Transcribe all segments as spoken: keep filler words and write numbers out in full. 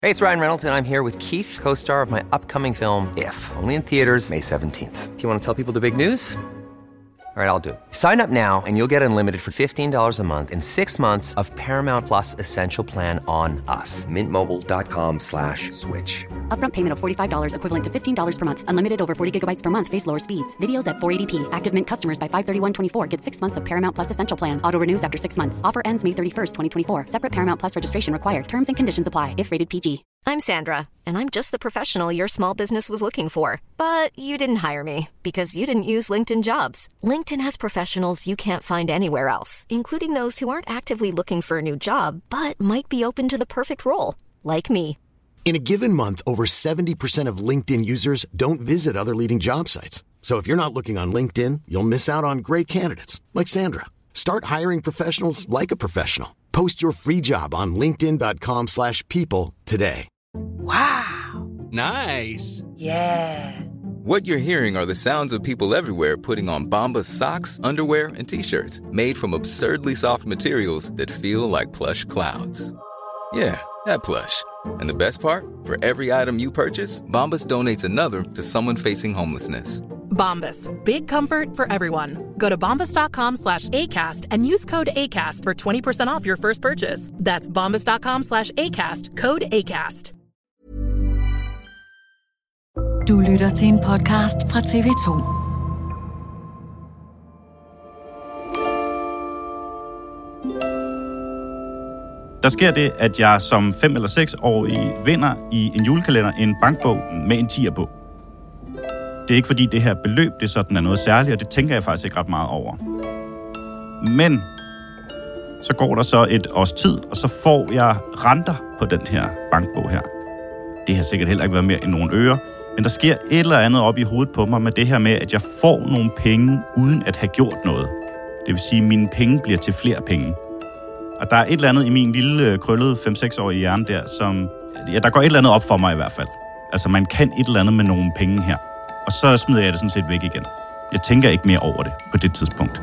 Hey, it's Ryan Reynolds, and I'm here with Keith, co-star of my upcoming film, If, only in theaters May seventeenth. Do you want to tell people the big news? All right, I'll do it. Sign up now and you'll get unlimited for fifteen dollars a month and six months of Paramount Plus Essential Plan on us. Mint Mobile dot com slash switch. Upfront payment of forty-five dollars equivalent to fifteen dollars per month. Unlimited over forty gigabytes per month. Face lower speeds. Videos at four eighty p. Active Mint customers by five thirty-one twenty-four get six months of Paramount Plus Essential Plan. Auto renews after six months. Offer ends May thirty-first, twenty twenty-four. Separate Paramount Plus registration required. Terms and conditions apply if rated P G. I'm Sandra, and I'm just the professional your small business was looking for. But you didn't hire me because you didn't use LinkedIn Jobs. LinkedIn has professionals you can't find anywhere else, including those who aren't actively looking for a new job, but might be open to the perfect role, like me. In a given month, over seventy percent of LinkedIn users don't visit other leading job sites. So if you're not looking on LinkedIn, you'll miss out on great candidates like Sandra. Start hiring professionals like a professional. Post your free job on linkedin dot com slash people today. Wow. Nice. Yeah. What you're hearing are the sounds of people everywhere putting on Bombas socks, underwear, and T-shirts made from absurdly soft materials that feel like plush clouds. Yeah, that plush. And the best part? For every item you purchase, Bombas donates another to someone facing homelessness. Bombas. Big comfort for everyone. Go to bombas dot com slash ACAST and use code ACAST for twenty percent off your first purchase. That's bombas dot com slash ACAST. Code ACAST. Du lytter til en podcast fra T V to. Der sker det, at jeg som fem eller seks årig vinder i en julekalender en bankbog med en tier på. Det er ikke fordi det her beløb, det sådan er noget særligt, og det tænker jeg faktisk ikke ret meget over. Men så går der så et års tid, og så får jeg renter på den her bankbog her. Det har sikkert heller ikke været mere end nogle øre, men der sker et eller andet op i hovedet på mig med det her med, at jeg får nogle penge uden at have gjort noget. Det vil sige, at mine penge bliver til flere penge. Og der er et eller andet i min lille krøllede fem-seks-årige hjerne der, som... Ja, der går et eller andet op for mig i hvert fald. Altså, man kan et eller andet med nogle penge her. Og så smider jeg det sådan set væk igen. Jeg tænker ikke mere over det på det tidspunkt.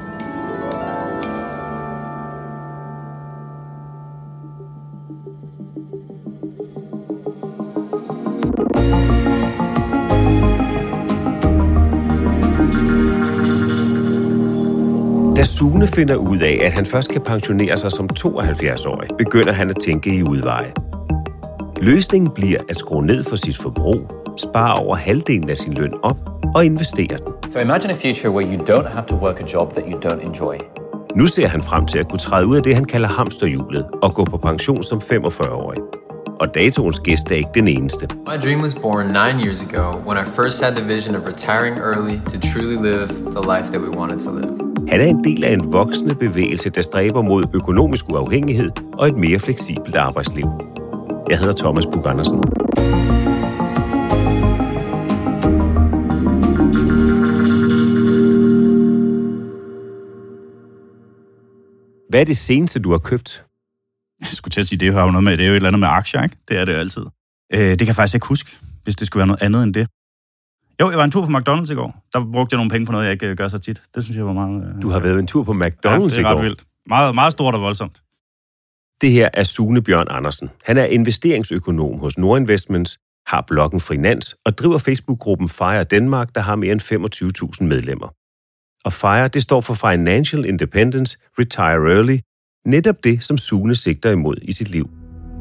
Da Sune finder ud af, at han først kan pensionere sig som tooghalvfjerds-årig, begynder han at tænke i udveje. Løsningen bliver at skrue ned for sit forbrug, spare over halvdelen af sin løn op og investere den. So imagine a future where you don't have to work a job that you don't enjoy. Nu ser han frem til at kunne træde ud af det, han kalder hamsterhjulet, og gå på pension som femogfyrre-årig. Og datoens gæst er ikke den eneste. My dream was born nine years ago when I first had the vision of retiring early to truly live the life that we wanted to live. Han er en del af en voksende bevægelse, der stræber mod økonomisk uafhængighed og et mere fleksibelt arbejdsliv. Jeg hedder Thomas Buch-Andersen. Hvad er det seneste, du har købt? Jeg skulle til at sige, det har jo noget med, det er jo et eller andet med aktier, ikke? Det er det jo altid. Øh, det kan jeg faktisk ikke huske, hvis det skulle være noget andet end det. Jo, jeg var en tur på McDonald's i går. Der brugte jeg nogle penge på noget, jeg ikke gør så tit. Det synes jeg var meget... Øh, du har været en tur på McDonald's i går? Ja, det er ret vildt. Meget, meget stort og voldsomt. Det her er Sune Bjørn Andersen. Han er investeringsøkonom hos Nordinvestments, har bloggen Finans og driver Facebook-gruppen FIRE Danmark, der har mere end femogtyve tusind medlemmer. Og FIRE, det står for Financial Independence, Retire Early, netop det, som Sune sigter imod i sit liv.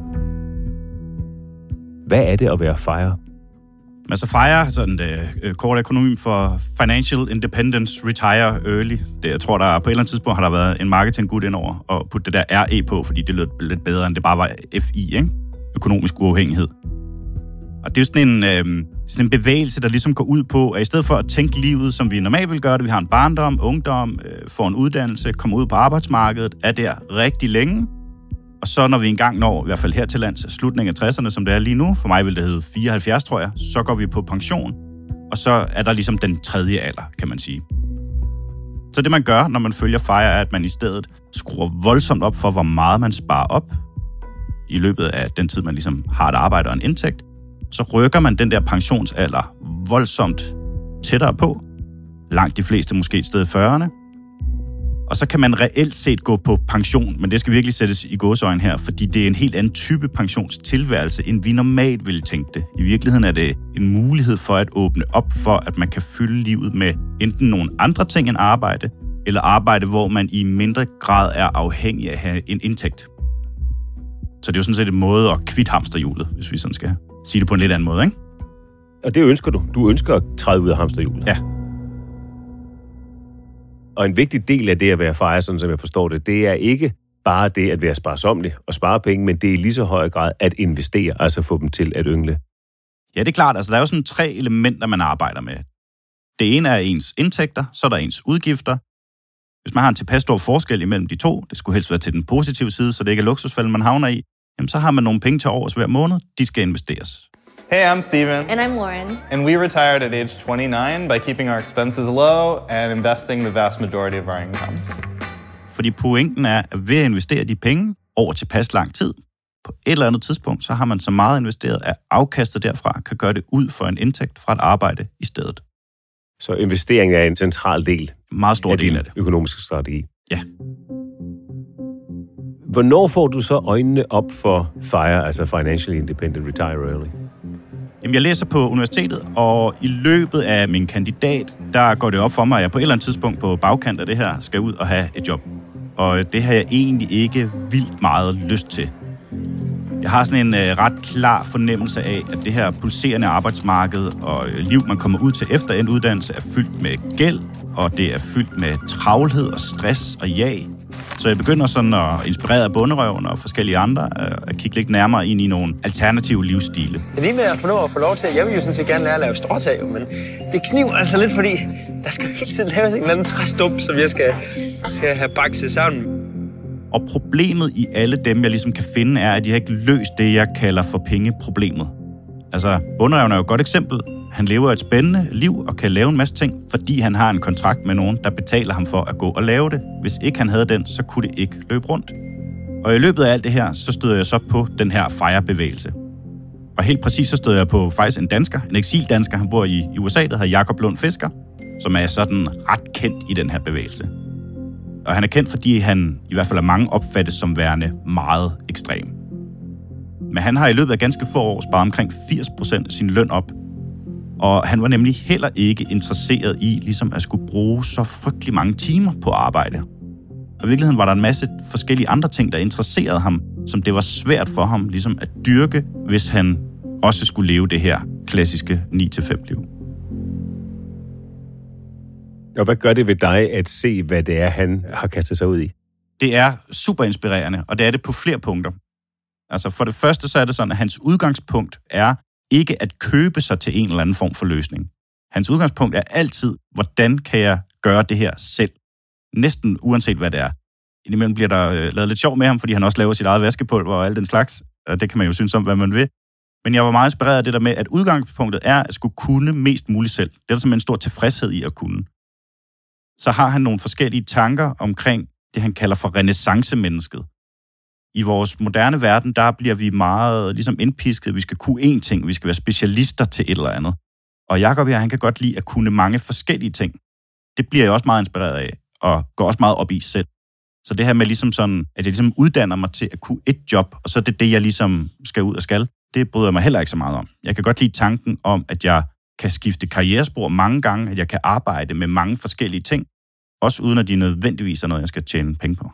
Hvad er det at være FIRE? Altså FIRE, sådan det øh, kort akronym for Financial Independence Retire Early. Det, jeg tror, der på et eller andet tidspunkt har der været en marketinggud indover og putte det der R E på, fordi det lød lidt bedre, end det bare var F I, ikke? Økonomisk uafhængighed. Og det er jo sådan en, øh, sådan en bevægelse, der ligesom går ud på, at i stedet for at tænke livet, som vi normalt vil gøre det, vi har en barndom, ungdom, øh, får en uddannelse, kommer ud på arbejdsmarkedet, er der rigtig længe. Og så når vi engang når, i hvert fald her til lands, slutningen af tresserne, som det er lige nu, for mig vil det hedde fireoghalvfjerds, tror jeg, så går vi på pension. Og så er der ligesom den tredje alder, kan man sige. Så det man gør, når man følger FIRE, er, at man i stedet skruer voldsomt op for, hvor meget man sparer op i løbet af den tid, man ligesom har et arbejde og en indtægt. Så rykker man den der pensionsalder voldsomt tættere på. Langt de fleste måske et sted i fyrrerne. Og så kan man reelt set gå på pension, men det skal virkelig sættes i gåseøjne her, fordi det er en helt anden type pensionstilværelse, end vi normalt ville tænke det. I virkeligheden er det en mulighed for at åbne op for, at man kan fylde livet med enten nogle andre ting end arbejde, eller arbejde, hvor man i mindre grad er afhængig af at have en indtægt. Så det er jo sådan set en måde at kvitte hamsterhjulet, hvis vi sådan skal sige det på en lidt anden måde, ikke? Og det ønsker du. Du ønsker at træde ud af hamsterhjulet. Ja. Og en vigtig del af det at være fejer, sådan som jeg forstår det, det er ikke bare det at være sparsomlig og spare penge, men det er i lige så høj grad at investere, altså få dem til at yngle. Ja, det er klart. Altså, der er jo sådan tre elementer, man arbejder med. Det ene er ens indtægter, så er der ens udgifter. Hvis man har en tilpas stor forskel imellem de to, det skulle helst være til den positive side, så det ikke er luksusfælde, man havner i, jamen så har man nogle penge til overs hver måned, de skal investeres. Hey, I'm Steven. And I'm Lauren. And we retired at age twenty-nine by keeping our expenses low and investing the vast majority of our incomes. Fordi pointen er, at ved at investere de penge over tilpas lang tid, på et eller andet tidspunkt, så har man så meget investeret, at afkastet derfra kan gøre det ud for en indtægt fra et arbejde i stedet. Så investering er en central del. Meget stor af del af det. Økonomiske strategi. Ja. Hvornår får du så øjnene op for FIRE, altså Financially Independent Retire Early? Jamen, jeg læser på universitetet, og i løbet af min kandidat, der går det op for mig, at jeg på et eller andet tidspunkt på bagkant af det her skal ud og have et job. Og det har jeg egentlig ikke vildt meget lyst til. Jeg har sådan en øh, ret klar fornemmelse af, at det her pulserende arbejdsmarked og øh, liv, man kommer ud til efter en uddannelse, er fyldt med gæld, og det er fyldt med travlhed og stress og jag. Så jeg begynder sådan at inspirere af Bonderøven og forskellige andre øh, at kigge lidt nærmere ind i nogle alternative livsstile. Det er lige med at få lov at få lov til, jeg vil jo sådan set gerne lære at lave stråtag, men det kniver altså lidt, fordi der skal hele tiden laves en eller anden træstump, som jeg skal, skal have bakset sammen. Og problemet i alle dem, jeg ligesom kan finde, er, at de har ikke løst det, jeg kalder for pengeproblemet. Altså, Bonderøven er jo et godt eksempel. Han lever et spændende liv og kan lave en masse ting, fordi han har en kontrakt med nogen, der betaler ham for at gå og lave det. Hvis ikke han havde den, så kunne det ikke løbe rundt. Og i løbet af alt det her, så støder jeg så på den her FIRE-bevægelse. Og helt præcis så støder jeg på faktisk en dansker, en eksildansker, han bor i U S A, der hedder Jakob Lund Fisker, som er sådan ret kendt i den her bevægelse. Og han er kendt, fordi han i hvert fald af mange opfattes som værende meget ekstrem. Men han har i løbet af ganske få år sparet omkring firs procent af sin løn op. Og han var nemlig heller ikke interesseret i ligesom at skulle bruge så frygtelig mange timer på arbejde. Og i virkeligheden var der en masse forskellige andre ting, der interesserede ham, som det var svært for ham ligesom at dyrke, hvis han også skulle leve det her klassiske ni til fem liv. Og hvad gør det ved dig at se, hvad det er, han har kastet sig ud i? Det er super inspirerende, og det er det på flere punkter. Altså for det første så er det sådan, at hans udgangspunkt er ikke at købe sig til en eller anden form for løsning. Hans udgangspunkt er altid, hvordan kan jeg gøre det her selv? Næsten uanset hvad det er. Indimellem bliver der øh, lavet lidt sjov med ham, fordi han også laver sit eget vaskepulver og alt den slags. Og det kan man jo synes om, hvad man vil. Men jeg var meget inspireret af det der med, at udgangspunktet er at skulle kunne mest muligt selv. Det er der simpelthen en stor tilfredshed i at kunne. Så har han nogle forskellige tanker omkring det, han kalder for renæssancemennesket. I vores moderne verden, der bliver vi meget ligesom indpisket. Vi skal kunne én ting, vi skal være specialister til et eller andet. Og Jakob her, han kan godt lide at kunne mange forskellige ting. Det bliver jeg også meget inspireret af, og går også meget op i selv. Så det her med ligesom sådan, at jeg ligesom uddanner mig til at kunne et job, og så er det det, jeg ligesom skal ud og skal, det bryder jeg mig heller ikke så meget om. Jeg kan godt lide tanken om, at jeg kan skifte karrierespor mange gange, at jeg kan arbejde med mange forskellige ting, også uden at de nødvendigvis er noget, jeg skal tjene penge på.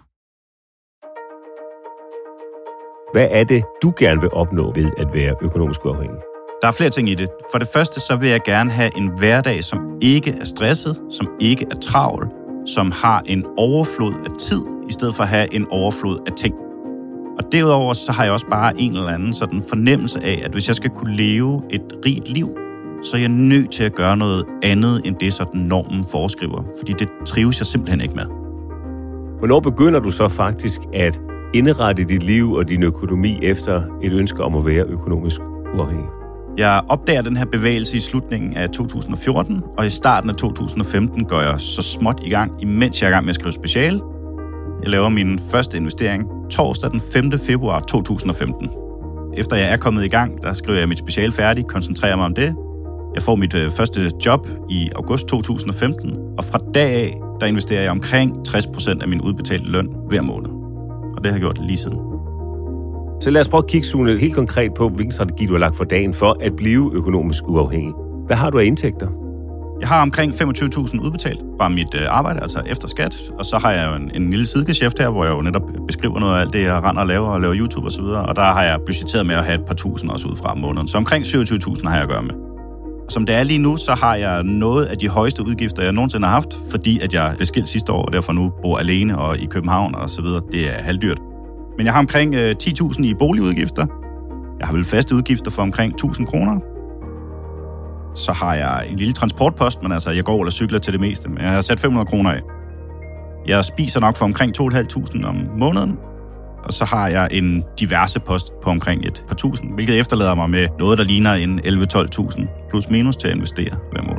Hvad er det, du gerne vil opnå ved at være økonomisk uafhængig? Der er flere ting i det. For det første, så vil jeg gerne have en hverdag, som ikke er stresset, som ikke er travl, som har en overflod af tid, i stedet for at have en overflod af ting. Og derudover, så har jeg også bare en eller anden sådan fornemmelse af, at hvis jeg skal kunne leve et rigt liv, så er jeg nødt til at gøre noget andet, end det sådan normen foreskriver. Fordi det trives jeg simpelthen ikke med. Hvornår begynder du så faktisk at indrette dit liv og din økonomi efter et ønske om at være økonomisk uafhængig? Jeg opdager den her bevægelse i slutningen af to tusind og fjorten, og i starten af to tusind og femten går jeg så småt i gang, imens jeg er i gang med at skrive speciale. Jeg laver min første investering torsdag den femte februar to tusind og femten. Efter jeg er kommet i gang, der skriver jeg mit speciale færdigt, koncentrerer mig om det. Jeg får mit øh, første job i august to tusind og femten, og fra dag af, der investerer jeg omkring tres procent af min udbetalte løn hver måned. Og det har jeg gjort lige siden. Så lad os prøve at kigge, Sune, helt konkret på, hvilken strategi du har lagt for dagen for at blive økonomisk uafhængig. Hvad har du af indtægter? Jeg har omkring femogtyve tusind udbetalt fra mit øh, arbejde, altså efter skat. Og så har jeg jo en, en lille sidegeschæft her, hvor jeg jo netop beskriver noget af alt det, jeg render og laver, og laver YouTube og så videre. Og der har jeg budgetteret med at have et par tusind også ud fra om måneden. Så omkring syvogtyve tusind har jeg at gøre med. Som det er lige nu, så har jeg noget af de højeste udgifter, jeg nogensinde har haft, fordi at jeg blev skilt sidste år, og derfor nu bor alene og i København og så videre. Det er halvdyrt. Men jeg har omkring øh, ti tusind i boligudgifter. Jeg har vel faste udgifter for omkring tusind kroner. Så har jeg en lille transportpost, men altså, jeg går eller cykler til det meste. Men jeg har sat fem hundrede kroner af. Jeg spiser nok for omkring to tusind fem hundrede om måneden. Og så har jeg en diverse post på omkring et par tusind, hvilket efterlader mig med noget, der ligner en elleve til tolv tusind plus minus til at investere hver måned.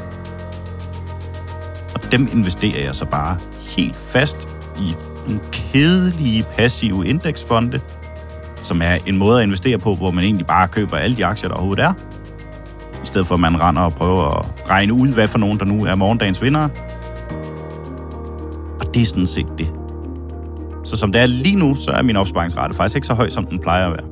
Og dem investerer jeg så bare helt fast i nogle kedelige, passive indeksfonde, som er en måde at investere på, hvor man egentlig bare køber alle de aktier, der overhovedet er, i stedet for at man render og prøver at regne ud, hvad for nogen, der nu er morgendagens vindere. Og det er sådan set det. Så som det er lige nu, så er min opsparingsrate faktisk ikke så høj, som den plejer at være.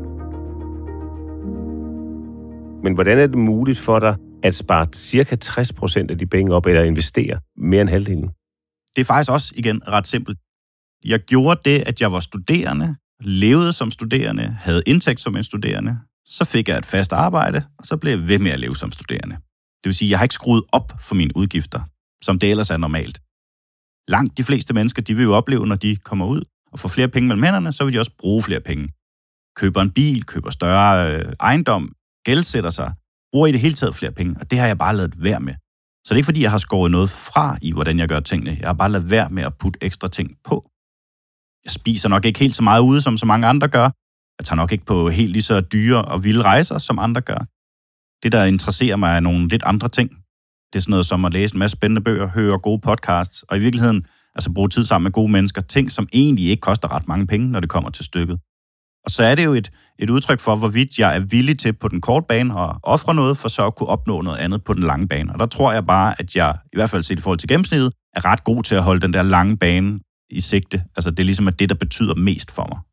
Men hvordan er det muligt for dig at spare cirka tres procent af de penge op, eller investere mere end halvdelen? Det er faktisk også, igen, ret simpelt. Jeg gjorde det, at jeg var studerende, levede som studerende, havde indtægt som en studerende. Så fik jeg et fast arbejde, og så blev jeg ved med at leve som studerende. Det vil sige, at jeg har ikke skruet op for mine udgifter, som det ellers er normalt. Langt de fleste mennesker, de vil jo opleve, når de kommer ud og får flere penge mellem hænderne, så vil de også bruge flere penge. Køber en bil, køber større øh, ejendom, gældsætter sig, bruger i det hele taget flere penge, og det har jeg bare ladet være med. Så det er ikke fordi, jeg har skåret noget fra i, hvordan jeg gør tingene. Jeg har bare ladet være med at putte ekstra ting på. Jeg spiser nok ikke helt så meget ude, som så mange andre gør. Jeg tager nok ikke på helt lige så dyre og vilde rejser, som andre gør. Det, der interesserer mig, er nogle lidt andre ting. Det er sådan noget som at læse en masse spændende bøger, høre gode podcasts, og i virkeligheden altså bruge tid sammen med gode mennesker. Ting, som egentlig ikke koster ret mange penge, når det kommer til stykket. Og så er det jo et, et udtryk for, hvorvidt jeg er villig til på den korte bane at ofre noget, for så at kunne opnå noget andet på den lange bane. Og der tror jeg bare, at jeg, i hvert fald set i forhold til gennemsnittet, er ret god til at holde den der lange bane i sigte. Altså det er ligesom at det, der betyder mest for mig.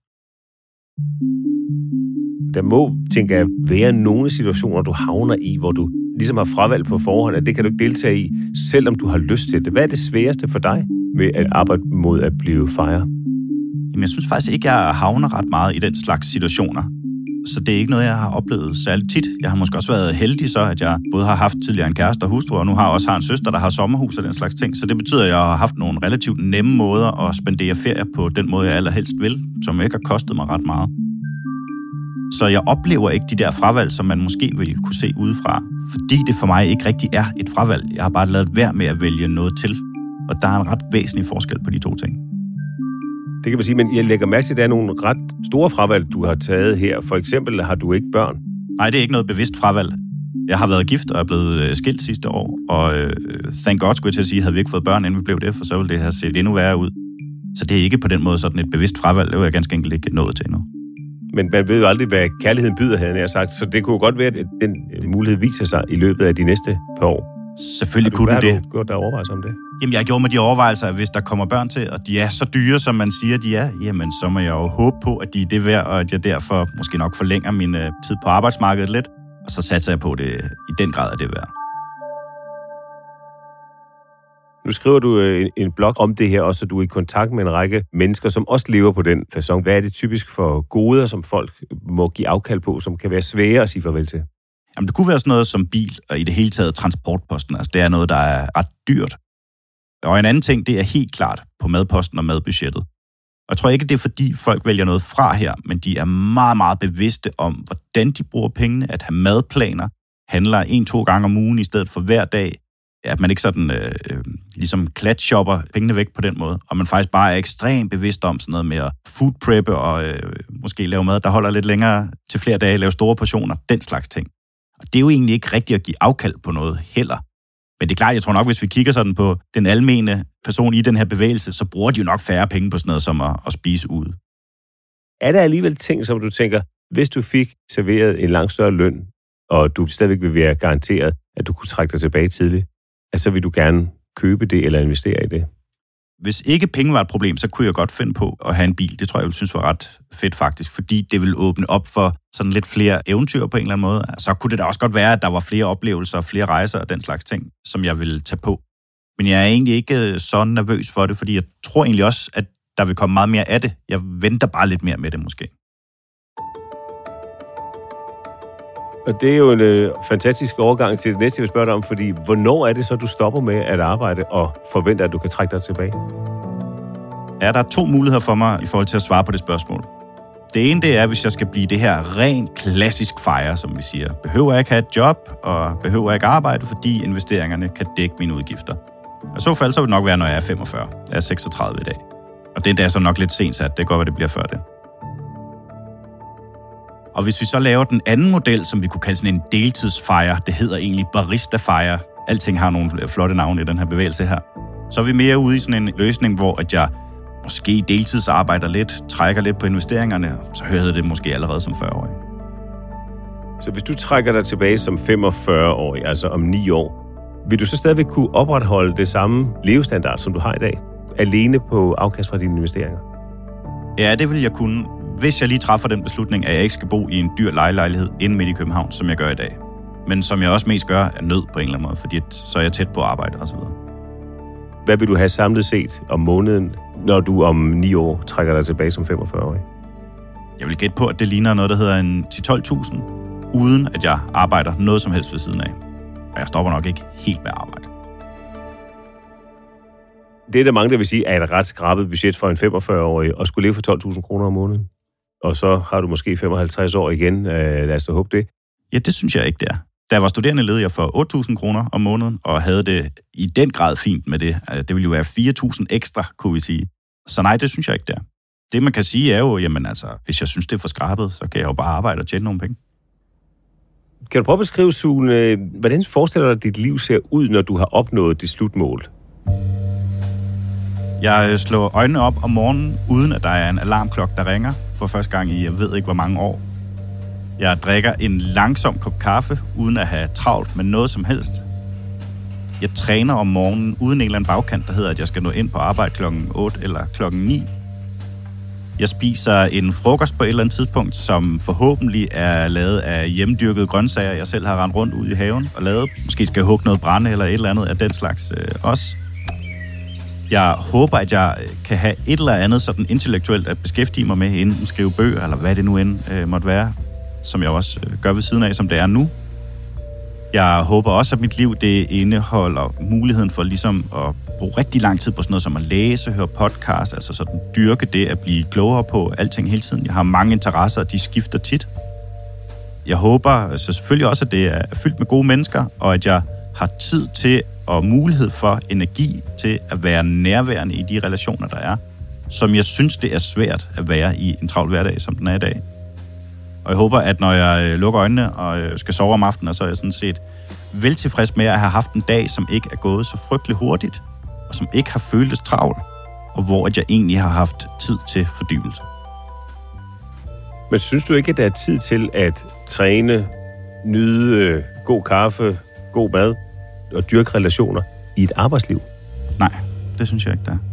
Der må, tænker jeg, være nogle situationer, du havner i, hvor du ligesom har fravalgt på forhånd, at det kan du ikke deltage i, selvom du har lyst til det. Hvad er det sværeste for dig ved at arbejde mod at blive fejre? Jamen, jeg synes faktisk ikke, jeg havner ret meget i den slags situationer. Så det er ikke noget, jeg har oplevet særligt tit. Jeg har måske også været heldig så, at jeg både har haft tidligere en kæreste og hustru, og nu har jeg også har en søster, der har sommerhus og den slags ting. Så det betyder, at jeg har haft nogle relativt nemme måder at spendere ferie på den måde, jeg allerhelst vil, som ikke har kostet mig ret meget. Så jeg oplever ikke de der fravalg, som man måske ville kunne se udefra, fordi det for mig ikke rigtig er et fravalg. Jeg har bare lavet være med at vælge noget til, og der er en ret væsentlig forskel på de to ting. Det kan man sige, men jeg lægger mærke til, at der er nogle ret store fravalg, du har taget her. For eksempel har du ikke børn. Nej, det er ikke noget bevidst fravalg. Jeg har været gift og er blevet skilt sidste år, og øh, thank God, skulle jeg til at sige, havde vi ikke fået børn, inden vi blev det, for så ville det have set endnu værre ud. Så det er ikke på den måde sådan et bevidst fravalg, det var jeg ganske enkelt ikke nået til endnu. Men man ved jo aldrig, hvad kærligheden byder, havde jeg sagt, så det kunne godt være, at den mulighed viser sig i løbet af de næste par år. Selvfølgelig kunne det. Hvad har du gjort der overvejelser om det? Jamen, jeg gjorde mig de overvejelser, at hvis der kommer børn til, og de er så dyre, som man siger, de er, jamen, så må jeg jo håbe på, at de er det værd, og at jeg derfor måske nok forlænger min øh, tid på arbejdsmarkedet lidt. Og så satser jeg på, at det i den grad er det værd. Nu skriver du en, en blog om det her, og så du er i kontakt med en række mennesker, som også lever på den facon. Hvad er det typisk for goder, som folk må give afkald på, som kan være svære at sige farvel til? Jamen, det kunne være sådan noget som bil, og i det hele taget transportposten. Altså, det er noget, der er ret dyrt. Og en anden ting, det er helt klart på madposten og madbudgettet. Og jeg tror ikke, det er fordi folk vælger noget fra her, men de er meget, meget bevidste om, hvordan de bruger pengene, at have madplaner, handler en-to gange om ugen i stedet for hver dag, at man ikke sådan øh, ligesom klatshopper pengene væk på den måde, og man faktisk bare er ekstremt bevidst om sådan noget med at food preppe og øh, måske lave mad, der holder lidt længere til flere dage, lave store portioner, den slags ting. Og det er jo egentlig ikke rigtigt at give afkald på noget heller. Men det er klart, jeg tror nok, hvis vi kigger sådan på den almene person i den her bevægelse, så bruger de jo nok færre penge på sådan noget som at, at spise ud. Er der alligevel ting, som du tænker, hvis du fik serveret en langt større løn, og du stadigvæk vil være garanteret, at du kunne trække dig tilbage tidligt, at så vil du gerne købe det eller investere i det? Hvis ikke penge var et problem, så kunne jeg godt finde på at have en bil. Det tror jeg, jeg ville synes var ret fedt faktisk, fordi det ville åbne op for sådan lidt flere eventyr på en eller anden måde. Så kunne det da også godt være, at der var flere oplevelser, flere rejser og den slags ting, som jeg ville tage på. Men jeg er egentlig ikke så nervøs for det, fordi jeg tror egentlig også, at der vil komme meget mere af det. Jeg venter bare lidt mere med det måske. Og det er jo en øh, fantastisk overgang til det næste, jeg vil spørge dig om, fordi hvornår er det så, du stopper med at arbejde og forventer, at du kan trække dig tilbage? Ja, der er to muligheder for mig i forhold til at svare på det spørgsmål. Det ene, det er, hvis jeg skal blive det her rent klassisk fejre, som vi siger. Behøver jeg ikke have et job, og behøver jeg ikke arbejde, fordi investeringerne kan dække mine udgifter. Og i så fald, så vil det nok være, når jeg er femogfyrre. Jeg er seksogtredive i dag. Og det er så nok lidt sent sat. Det kan godt være, det bliver før det. Og hvis vi så laver den anden model, som vi kunne kalde sådan en deltidsfejre, det hedder egentlig baristafejre. Alting har nogle flotte navne i den her bevægelse her. Så er vi mere ude i sådan en løsning, hvor at jeg måske deltidsarbejder lidt, trækker lidt på investeringerne, så hører det måske allerede som fyrre-årig. Så hvis du trækker dig tilbage som femogfyrre-årig, altså om ni år, vil du så stadigvæk kunne opretholde det samme levestandard, som du har i dag, alene på afkast fra dine investeringer? Ja, det vil jeg kunne, hvis jeg lige træffer den beslutning, at jeg ikke skal bo i en dyr lejelejlighed inde midt i København, som jeg gør i dag. Men som jeg også mest gør af nød på en eller anden måde, fordi så er jeg tæt på arbejde og så videre. Hvad vil du have samlet set om måneden, når du om ni år trækker dig tilbage som femogfyrre-årig? Jeg vil gætte på, at det ligner noget, der hedder en ti til tolv tusind, uden at jeg arbejder noget som helst ved siden af. Og jeg stopper nok ikke helt med at arbejde. Det er der mange, der vil sige, er et ret skrabet budget for en femogfyrre-årig at skulle leve for tolv tusind kroner om måneden. Og så har du måske femoghalvtreds år igen. Lad os da håbe det. Ja, det synes jeg ikke, det er. Da jeg var studerende, levede jeg for otte tusind kroner om måneden, og havde det i den grad fint med det. Det ville jo være fire tusind ekstra, kunne vi sige. Så nej, det synes jeg ikke, det er. Det, man kan sige, er jo, jamen altså, hvis jeg synes, det er for skrabet, så kan jeg jo bare arbejde og tjene nogle penge. Kan du prøve at beskrive, Sune, hvordan forestiller dig, at dit liv ser ud, når du har opnået dit slutmål? Jeg slår øjnene op om morgenen, uden at der er en alarmklokke, der ringer for første gang i, jeg ved ikke, hvor mange år. Jeg drikker en langsom kop kaffe, uden at have travlt med noget som helst. Jeg træner om morgenen, uden en eller anden bagkant, der hedder, at jeg skal nå ind på arbejde klokken otte eller klokken ni. Jeg spiser en frokost på et eller andet tidspunkt, som forhåbentlig er lavet af hjemmedyrkede grøntsager, jeg selv har rendt rundt ud i haven og lavet. Måske skal jeg hugge noget brænde eller et eller andet af den slags øh, også. Jeg håber, at jeg kan have et eller andet sådan intellektuelt at beskæftige mig med, enten skrive bøger, eller hvad det nu end øh, måtte være, som jeg også øh, gør ved siden af, som det er nu. Jeg håber også, at mit liv det indeholder muligheden for ligesom at bruge rigtig lang tid på sådan noget som at læse, høre podcast, altså sådan dyrke det at blive klogere på alting hele tiden. Jeg har mange interesser, og de skifter tit. Jeg håber så selvfølgelig også, at det er fyldt med gode mennesker, og at jeg har tid til og mulighed for energi til at være nærværende i de relationer, der er, som jeg synes, det er svært at være i en travl hverdag, som den er i dag. Og jeg håber, at når jeg lukker øjnene og skal sove om aftenen, så er jeg sådan set vel tilfreds med at have haft en dag, som ikke er gået så frygtelig hurtigt, og som ikke har føltes travl, og hvor at jeg egentlig har haft tid til fordybelse. Men synes du ikke, at der er tid til at træne, nyde god kaffe, god mad og dyrke relationer i et arbejdsliv? Nej, det synes jeg ikke, der er.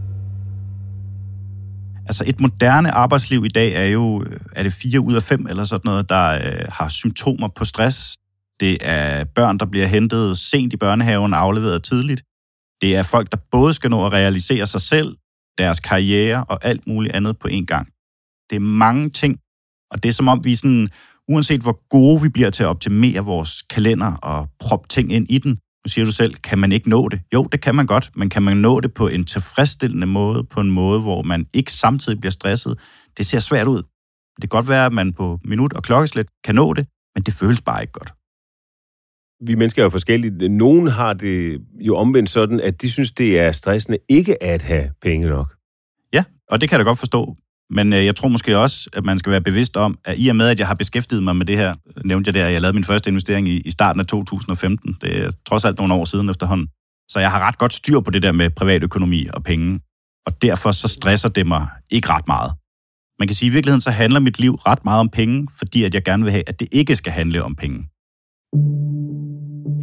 Altså et moderne arbejdsliv i dag er jo, er det fire ud af fem eller sådan noget, der øh, har symptomer på stress. Det er børn, der bliver hentet sent i børnehaven og afleveret tidligt. Det er folk, der både skal nå at realisere sig selv, deres karriere og alt muligt andet på én gang. Det er mange ting, og det er som om vi sådan, uanset hvor gode vi bliver til at optimere vores kalender og proppe ting ind i den, nu siger du selv, kan man ikke nå det? Jo, det kan man godt, men kan man nå det på en tilfredsstillende måde, på en måde, hvor man ikke samtidig bliver stresset? Det ser svært ud. Det kan godt være, at man på minut og klokkeslæt kan nå det, men det føles bare ikke godt. Vi mennesker er jo forskellige. Nogen har det jo omvendt sådan, at de synes, det er stressende ikke at have penge nok. Ja, og det kan jeg da godt forstå. Men jeg tror måske også, at man skal være bevidst om, at i og med, at jeg har beskæftiget mig med det her, nævnte jeg der, at jeg lavede min første investering i, i starten af to tusind og femten. Det er trods alt nogle år siden efterhånden. Så jeg har ret godt styr på det der med privatøkonomi og penge. Og derfor så stresser det mig ikke ret meget. Man kan sige, at i virkeligheden så handler mit liv ret meget om penge, fordi at jeg gerne vil have, at det ikke skal handle om penge.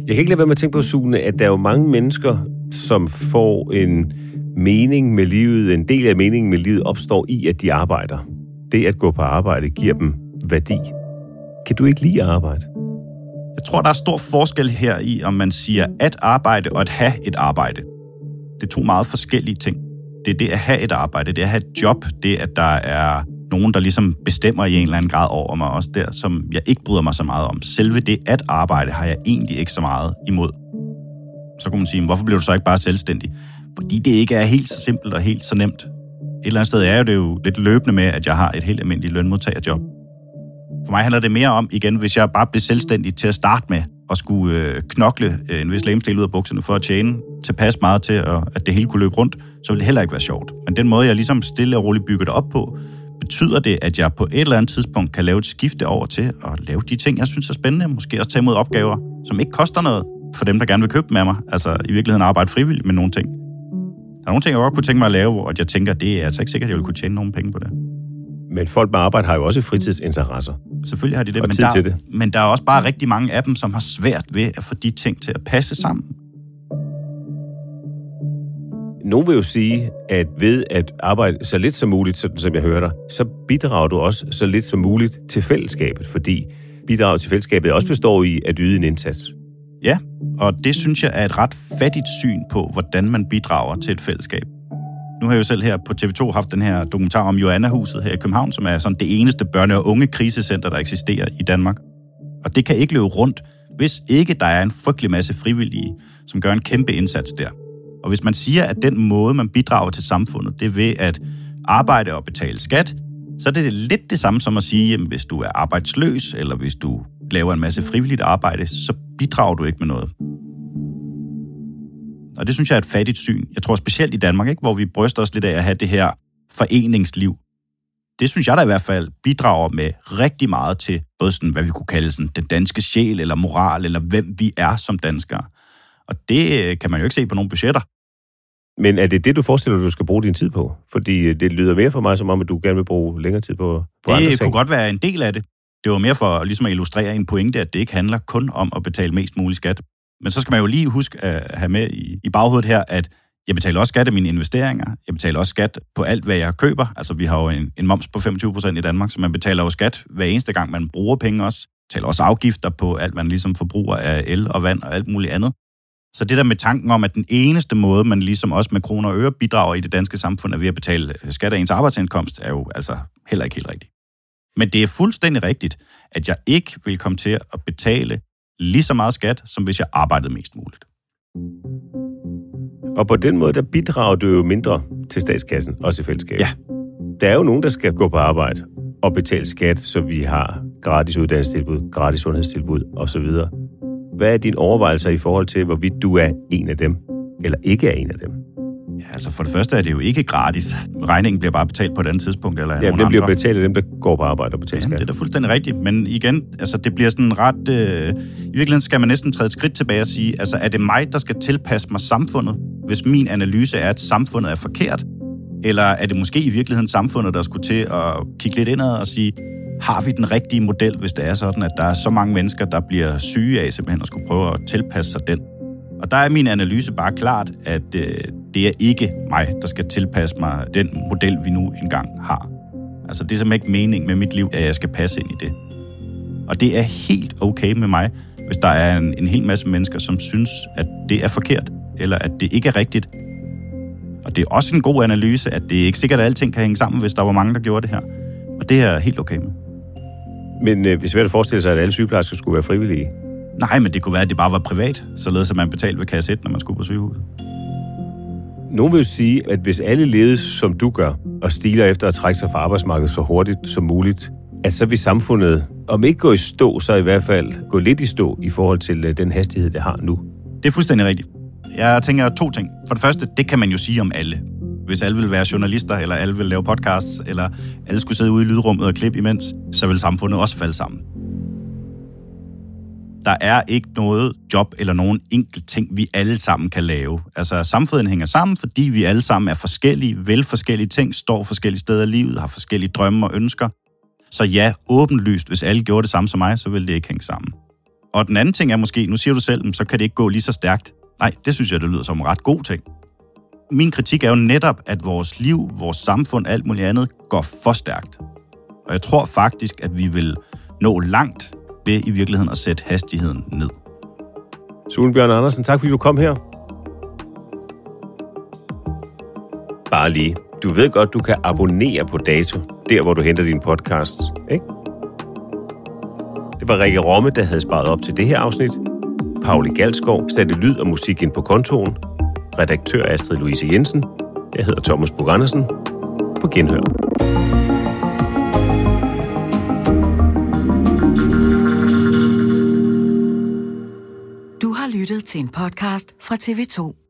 Jeg kan ikke lade være med at tænke på, Sune, at der er jo mange mennesker, som får en mening med livet, en del af meningen med livet opstår i, at de arbejder. Det at gå på arbejde giver dem værdi. Kan du ikke lide at arbejde? Jeg tror, der er stor forskel her i, om man siger at arbejde og at have et arbejde. Det er to meget forskellige ting. Det er det at have et arbejde, det er at have et job, det at der er nogen, der ligesom bestemmer i en eller anden grad over mig også der, som jeg ikke bryder mig så meget om. Selve det at arbejde har jeg egentlig ikke så meget imod. Så kunne man sige, hvorfor bliver du så ikke bare selvstændig? Fordi det ikke er helt så simpelt og helt så nemt. Et eller andet sted er jo det jo lidt løbende med, at jeg har et helt almindeligt lønmodtagerjob. For mig handler det mere om, igen, hvis jeg bare bliver selvstændig til at starte med, og skulle øh, knokle øh, en vis legemsdel ud af bukserne for at tjene tilpas meget til, at, at det hele kunne løbe rundt, så ville det heller ikke være sjovt. Men den måde, jeg ligesom stille og roligt bygger det op på, betyder det, at jeg på et eller andet tidspunkt kan lave et skifte over til at lave de ting, jeg synes er spændende. Måske også tage imod opgaver, som ikke koster noget for dem, der gerne vil købe dem af mig. Altså i virkeligheden arbejde frivilligt med nogle ting. Der er nogle ting, jeg godt kunne tænke mig at lave, hvor jeg tænker, det er altså ikke sikkert, at jeg vil kunne tjene nogle penge på det. Men folk med arbejde har jo også fritidsinteresser. Selvfølgelig har de det, men der, det. men der er også bare rigtig mange af dem, som har svært ved at få de ting til at passe sammen. Nogle vil jo sige, at ved at arbejde så lidt som muligt, sådan som jeg hører dig, så bidrager du også så lidt som muligt til fællesskabet, fordi bidraget til fællesskabet også består i at yde en indsats. Ja, og det synes jeg er et ret fattigt syn på, hvordan man bidrager til et fællesskab. Nu har jeg jo selv her på T V to haft den her dokumentar om Joanna-huset her i København, som er sådan det eneste børne- og unge krisecenter, der eksisterer i Danmark. Og det kan ikke løbe rundt, hvis ikke der er en frygtelig masse frivillige, som gør en kæmpe indsats der. Og hvis man siger, at den måde, man bidrager til samfundet, det er ved at arbejde og betale skat, så er det lidt det samme som at sige, at hvis du er arbejdsløs, eller hvis du laver en masse frivilligt arbejde, så bidrager du ikke med noget. Og det synes jeg er et fattigt syn. Jeg tror specielt i Danmark, ikke, hvor vi bryster os lidt af at have det her foreningsliv. Det synes jeg da i hvert fald bidrager med rigtig meget til både sådan, hvad vi kunne kalde sådan, den danske sjæl eller moral, eller hvem vi er som danskere. Og det kan man jo ikke se på nogle budgetter. Men er det det, du forestiller dig, du skal bruge din tid på? Fordi det lyder mere for mig som om, at du gerne vil bruge længere tid på, på andre ting. Det kunne godt være en del af det. Det var mere for ligesom at illustrere en pointe, at det ikke handler kun om at betale mest mulig skat. Men så skal man jo lige huske at have med i, i baghovedet her, at jeg betaler også skat af mine investeringer. Jeg betaler også skat på alt, hvad jeg køber. Altså, vi har jo en, en moms på femogtyve procent i Danmark, så man betaler jo skat hver eneste gang, man bruger penge også. Man betaler også afgifter på alt, man ligesom forbruger af el og vand og alt muligt andet. Så det der med tanken om, at den eneste måde, man ligesom også med kroner og øre bidrager i det danske samfund, er ved at betale skat af ens arbejdsindkomst, er jo altså heller ikke helt rigtigt. Men det er fuldstændig rigtigt, at jeg ikke vil komme til at betale lige så meget skat, som hvis jeg arbejdede mest muligt. Og på den måde, der bidrager du jo mindre til statskassen, også i fællesskabet. Ja. Der er jo nogen, der skal gå på arbejde og betale skat, så vi har gratis uddannelsestilbud, gratis sundhedstilbud osv. Hvad er dine overvejelser i forhold til, hvorvidt du er en af dem, eller ikke er en af dem? Ja, altså for det første er det jo ikke gratis. Regningen bliver bare betalt på et andet tidspunkt. Eller ja, det bliver betalt af dem, der går på arbejde og betaler skat. Ja, det er da fuldstændig rigtigt. Men igen, altså det bliver sådan ret... Øh, I virkeligheden skal man næsten træde et skridt tilbage og sige, altså er det mig, der skal tilpasse mig samfundet, hvis min analyse er, at samfundet er forkert? Eller er det måske i virkeligheden samfundet, der skulle til at kigge lidt indad og sige, har vi den rigtige model, hvis det er sådan, at der er så mange mennesker, der bliver syge af simpelthen at skulle prøve at tilpasse sig den? Og der er min analyse bare klart, at øh, det er ikke mig, der skal tilpasse mig den model, vi nu engang har. Altså det er simpelthen ikke meningen med mit liv, at jeg skal passe ind i det. Og det er helt okay med mig, hvis der er en, en hel masse mennesker, som synes, at det er forkert, eller at det ikke er rigtigt. Og det er også en god analyse, at det er ikke sikkert, at alting kan hænge sammen, hvis der var mange, der gjorde det her. Og det er helt okay med. Men øh, hvis vi havde forestillet sig, at alle sygeplejersker skulle være frivillige? Nej, men det kunne være, at det bare var privat, således at man betalte ved kasse et, når man skulle på sygehuset. Nogle vil sige, at hvis alle levede, som du gør, og stiler efter at trække sig fra arbejdsmarkedet så hurtigt som muligt, at så vil samfundet, om ikke gå i stå, så i hvert fald gå lidt i stå i forhold til den hastighed, det har nu. Det er fuldstændig rigtigt. Jeg tænker to ting. For det første, det kan man jo sige om alle. Hvis alle ville være journalister, eller alle ville lave podcasts, eller alle skulle sidde ude i lydrummet og klippe imens, så vil samfundet også falde sammen. Der er ikke noget job eller nogen enkelt ting, vi alle sammen kan lave. Altså, samfundet hænger sammen, fordi vi alle sammen er forskellige, vel forskellige ting, står forskellige steder i livet, har forskellige drømme og ønsker. Så ja, åbenlyst, hvis alle gjorde det samme som mig, så ville det ikke hænge sammen. Og den anden ting er måske, nu siger du selv, så kan det ikke gå lige så stærkt. Nej, det synes jeg, det lyder som en ret god ting. Min kritik er jo netop, at vores liv, vores samfund, alt muligt andet, går for stærkt. Og jeg tror faktisk, at vi vil nå langt ved i virkeligheden at sætte hastigheden ned. Sune Bjørn Andersen, tak fordi du kom her. Bare lige. Du ved godt, du kan abonnere på Dato, der hvor du henter din podcast, ikke? Det var Rikke Romme, der havde sparet op til det her afsnit. Pauli Galskov satte lyd og musik ind på kontoen. Redaktør Astrid Louise Jensen. Jeg hedder Thomas Bug Andersen. På genhør. Du har lyttet til en podcast fra T V to.